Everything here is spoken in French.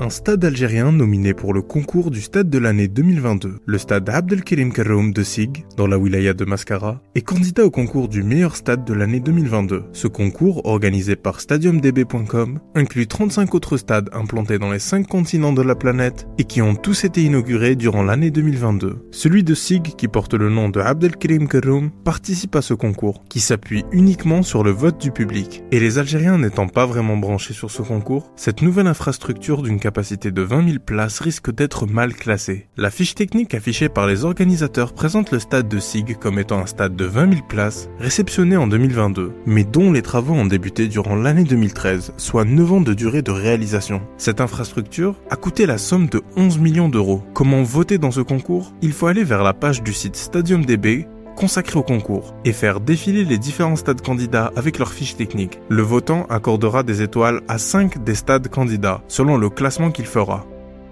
Un stade algérien nominé pour le concours du stade de l'année 2022, le stade Abdelkerim Kharroum de Sig, dans la wilaya de Mascara, est candidat au concours du meilleur stade de l'année 2022. Ce concours, organisé par StadiumDB.com, inclut 35 autres stades implantés dans les 5 continents de la planète et qui ont tous été inaugurés durant l'année 2022. Celui de Sig, qui porte le nom de Abdelkerim Kharroum, participe à ce concours, qui s'appuie uniquement sur le vote du public. Et les Algériens n'étant pas vraiment branchés sur ce concours, cette nouvelle infrastructure d'une capacité de 20 000 places risque d'être mal classée. La fiche technique affichée par les organisateurs présente le stade de Sig comme étant un stade de 20 000 places, réceptionné en 2022, mais dont les travaux ont débuté durant l'année 2013, soit 9 ans de durée de réalisation. Cette infrastructure a coûté la somme de 11 millions d'euros. Comment voter dans ce concours ? Il faut aller vers la page du site StadiumDB consacré au concours et faire défiler les différents stades candidats avec leurs fiches techniques. Le votant accordera des étoiles à 5 des stades candidats selon le classement qu'il fera.